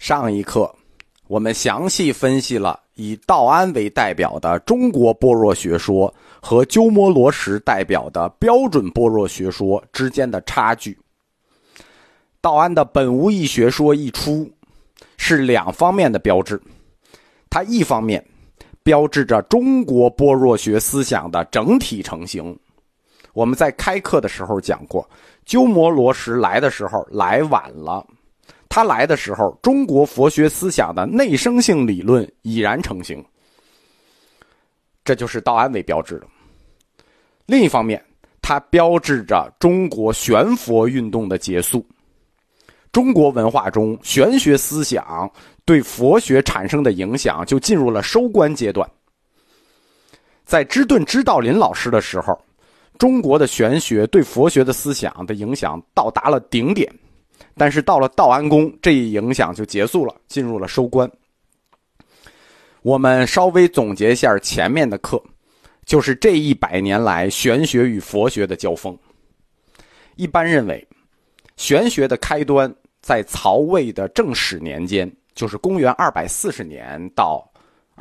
上一课我们详细分析了以道安为代表的中国般若学说和鸠摩罗什代表的标准般若学说之间的差距。道安的本无义学说一出，是两方面的标志。它一方面标志着中国般若学思想的整体成型。我们在开课的时候讲过，鸠摩罗什来的时候来晚了，他来的时候中国佛学思想的内生性理论已然成型，这就是道安为标志的。另一方面，它标志着中国玄佛运动的结束。中国文化中玄学思想对佛学产生的影响就进入了收官阶段。在芝顿支道林老师的时候，中国的玄学对佛学的思想的影响到达了顶点，但是到了道安公，这一影响就结束了，进入了收官。我们稍微总结一下前面的课，就是这100年来玄学与佛学的交锋。一般认为，玄学的开端在曹魏的正始年间，就是公元240年到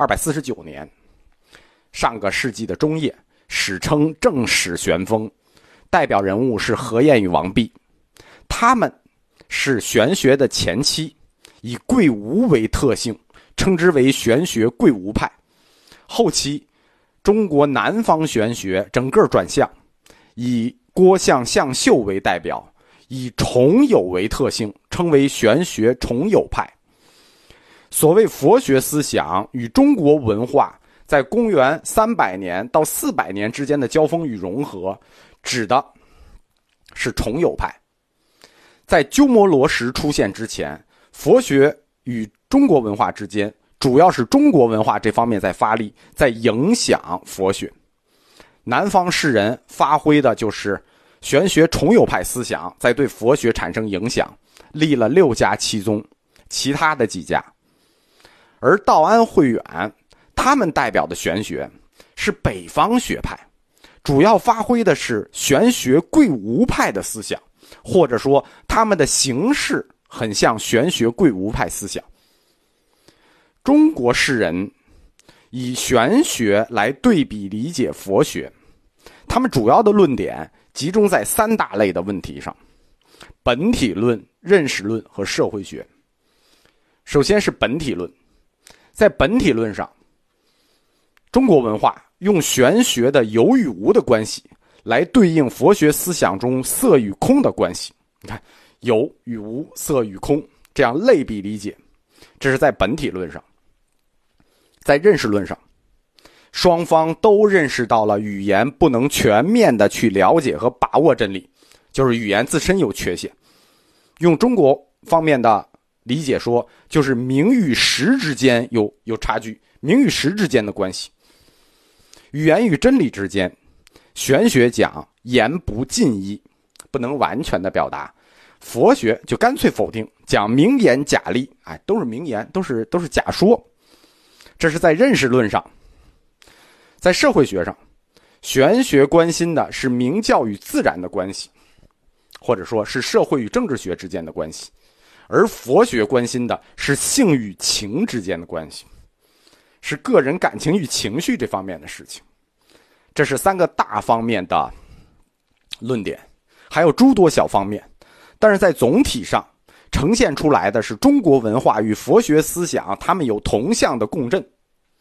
249年，上个世纪的中叶，史称正始玄风，代表人物是何晏与王弼。他们是玄学的前期，以贵无为特性，称之为玄学贵无派。后期中国南方玄学整个转向，以郭象、向秀为代表，以重有为特性，称为玄学重有派。所谓佛学思想与中国文化在公元300年到400年之间的交锋与融合，指的是重有派。在鸠摩罗什出现之前，佛学与中国文化之间主要是中国文化这方面在发力，在影响佛学。南方士人发挥的就是玄学重有派思想在对佛学产生影响，立了6家七宗，其他的几家。而道安、慧远他们代表的玄学是北方学派，主要发挥的是玄学贵无派的思想，或者说他们的形式很像玄学贵无派思想。中国士人以玄学来对比理解佛学，他们主要的论点集中在3大类的问题上：本体论、认识论和社会学。首先是本体论。在本体论上，中国文化用玄学的有与无的关系来对应佛学思想中色与空的关系。你看，有与无、色与空，这样类比理解，这是在本体论上。在认识论上，双方都认识到了语言不能全面的去了解和把握真理，就是语言自身有缺陷。用中国方面的理解说，就是名与实之间有差距，名与实之间的关系。语言与真理之间，玄学讲言不尽意，不能完全的表达；佛学就干脆否定，讲名言假立，都是名言，都是假说。这是在认识论上。在社会学上，玄学关心的是名教与自然的关系，或者说是社会与政治学之间的关系，而佛学关心的是性与情之间的关系，是个人感情与情绪这方面的事情。这是3个大方面的论点，还有诸多小方面，但是在总体上呈现出来的是中国文化与佛学思想它们有同向的共振。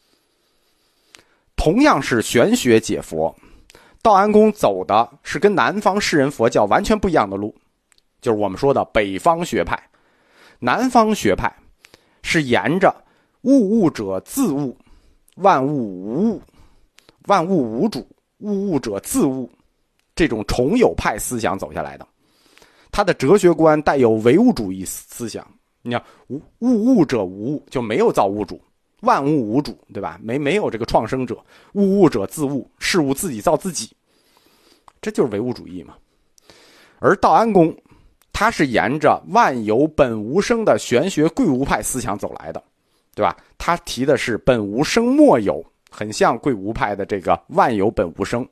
同样是玄学解佛，道安公走的是跟南方士人佛教完全不一样的路，就是我们说的北方学派。南方学派是沿着物物者自物，万物无物，万物无主，物物者自物，这种重有派思想走下来的。他的哲学观带有唯物主义思想。你看，物物者无物，就没有造物主，万物无主，对吧？没有这个创生者，物物者自物，事物自己造自己，这就是唯物主义嘛。而道安公他是沿着万有本无生的玄学贵无派思想走来的，对吧？他提的是本无生莫有，很像贵无派的这个万有本无生。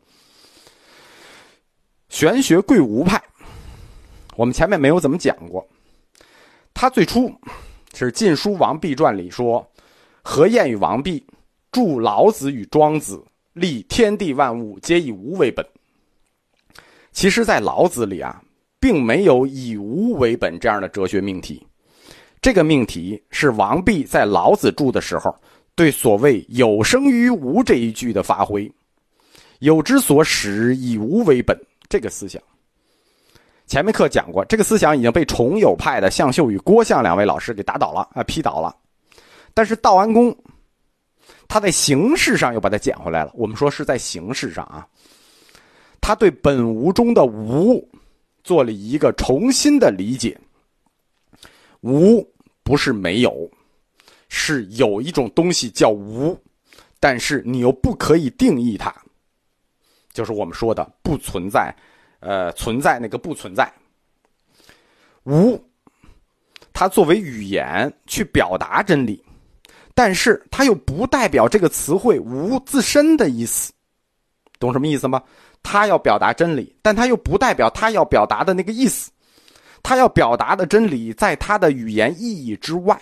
玄学贵无派我们前面没有怎么讲过，他最初是《晋书·王弼传》里说，何晏与王弼著老子与庄子，立天地万物皆以无为本。其实在老子里啊，并没有以无为本这样的哲学命题，这个命题是王弼在老子著的时候对所谓有生于无这一句的发挥，有之所使以无为本这个思想。前面课讲过，这个思想已经被重友派的向秀与郭象两位老师给打倒了批倒了。但是道安公他在形式上又把它捡回来了，我们说是在形式上啊，他对本无中的无做了一个重新的理解。无不是没有，是有一种东西叫无，但是你又不可以定义它，就是我们说的不存在，存在那个不存在。无它作为语言去表达真理，但是它又不代表这个词汇无自身的意思，懂什么意思吗？它要表达真理，但它又不代表它要表达的那个意思，它要表达的真理在它的语言意义之外。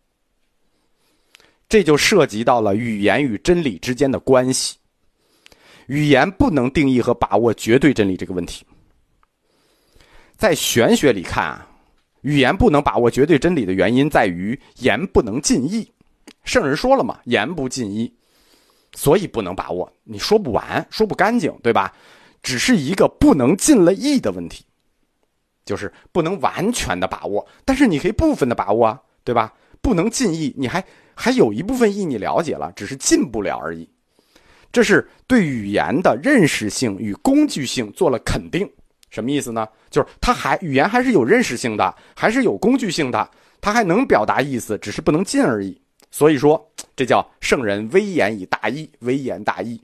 这就涉及到了语言与真理之间的关系。语言不能定义和把握绝对真理这个问题。在玄学里看啊，语言不能把握绝对真理的原因在于言不能尽意。圣人说了嘛，言不尽意，所以不能把握。你说不完，说不干净，对吧？只是一个不能尽了意的问题，就是不能完全的把握，但是你可以部分的把握啊，对吧？不能尽意，你还有一部分意你了解了，只是尽不了而已。这是对语言的认识性与工具性做了肯定。什么意思呢？就是语言还是有认识性的，还是有工具性的，它还能表达意思，只是不能尽而已。所以说这叫圣人微言以大义，微言大义。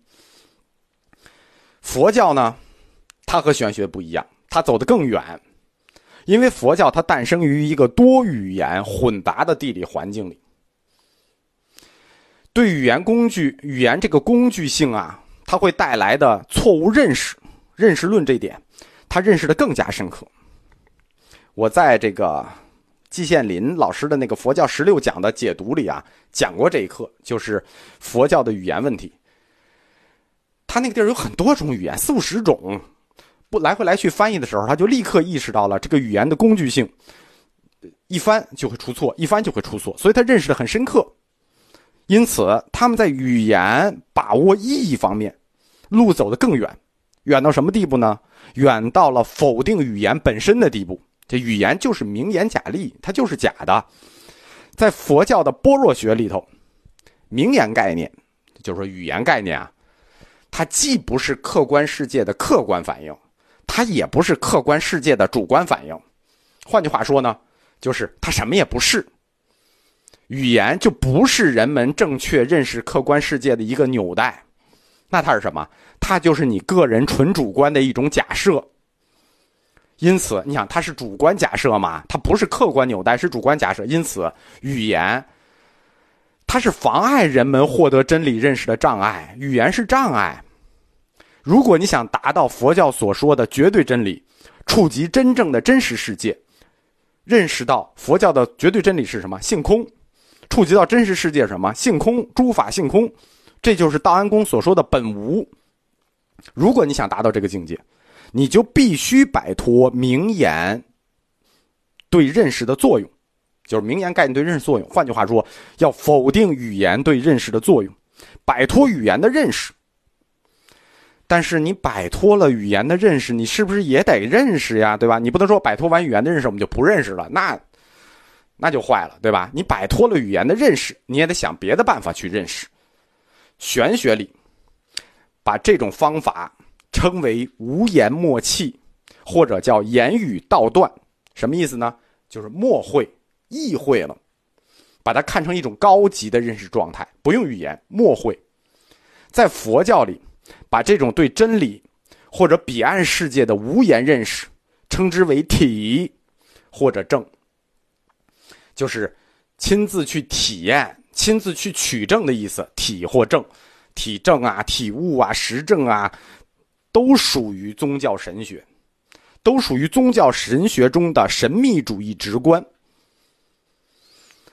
佛教呢，它和玄学不一样，它走得更远。因为佛教它诞生于一个多语言混杂的地理环境里，对语言这个工具性啊，它会带来的错误认识论这点，它认识的更加深刻。我在这个季羡林老师的那个佛教16讲的解读里啊，讲过这一课，就是佛教的语言问题。他那个地儿有很多种语言，40-50种，不来回来去翻译的时候，他就立刻意识到了这个语言的工具性，一翻就会出错，一翻就会出错，所以他认识的很深刻。因此他们在语言把握意义方面路走得更远，远到什么地步呢？远到了否定语言本身的地步。这语言就是名言假例，它就是假的。在佛教的般若学里头，名言概念就是说语言概念啊，它既不是客观世界的客观反应，它也不是客观世界的主观反应。换句话说呢，就是它什么也不是。语言就不是人们正确认识客观世界的一个纽带，那它是什么？它就是你个人纯主观的一种假设。因此你想，它是主观假设嘛，它不是客观纽带，是主观假设。因此语言它是妨碍人们获得真理认识的障碍，语言是障碍。如果你想达到佛教所说的绝对真理，触及真正的真实世界，认识到佛教的绝对真理是什么？性空。触及到真实世界是什么？性空，诸法性空。这就是道安公所说的本无。如果你想达到这个境界，你就必须摆脱名言对认识的作用，就是名言概念对认识作用。换句话说，要否定语言对认识的作用，摆脱语言的认识。但是你摆脱了语言的认识，你是不是也得认识呀？对吧？你不能说摆脱完语言的认识我们就不认识了，那就坏了，对吧？你摆脱了语言的认识，你也得想别的办法去认识。玄学里把这种方法称为无言默契，或者叫言语道断。什么意思呢？就是默会、意会了，把它看成一种高级的认识状态，不用语言，默会。在佛教里，把这种对真理或者彼岸世界的无言认识称之为体或者证，就是亲自去体验、亲自去取证的意思。体或证，体证啊、体悟啊、实证啊，都属于宗教神学，都属于宗教神学中的神秘主义直观。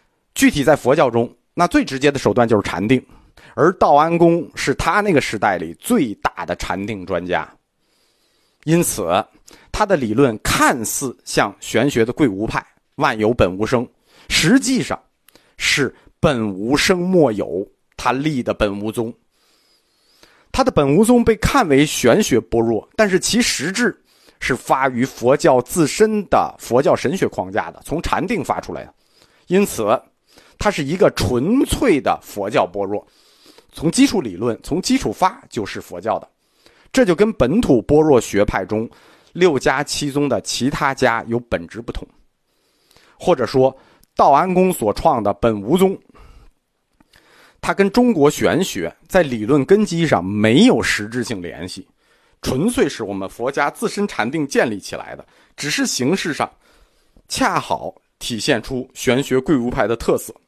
具体在佛教中，那最直接的手段就是禅定，而道安公是他那个时代里最大的禅定专家。因此他的理论看似像玄学的贵无派，万有本无生，实际上是本无生莫有，他立的本无宗。他的本无宗被看为玄学般若，但是其实质是发于佛教自身的佛教神学框架的，从禅定发出来的。因此它是一个纯粹的佛教般若，从基础理论，从基础发就是佛教的。这就跟本土般若学派中六家七宗的其他家有本质不同。或者说道安公所创的本无宗，它跟中国玄学在理论根基上没有实质性联系，纯粹是我们佛家自身禅定建立起来的，只是形式上恰好体现出玄学贵无派的特色。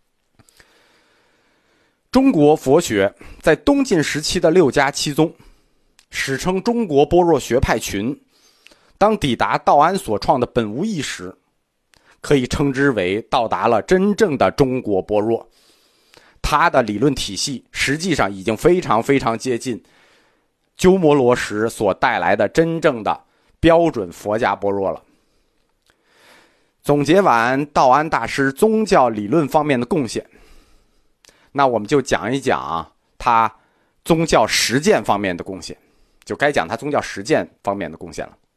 中国佛学在东晋时期的六家七宗，史称中国般若学派群，当抵达道安所创的本无义时，可以称之为到达了真正的中国般若。他的理论体系实际上已经非常非常接近鸠摩罗什所带来的真正的标准佛家般若了。总结完道安大师宗教理论方面的贡献，那我们就讲一讲他宗教实践方面的贡献，就该讲他宗教实践方面的贡献了。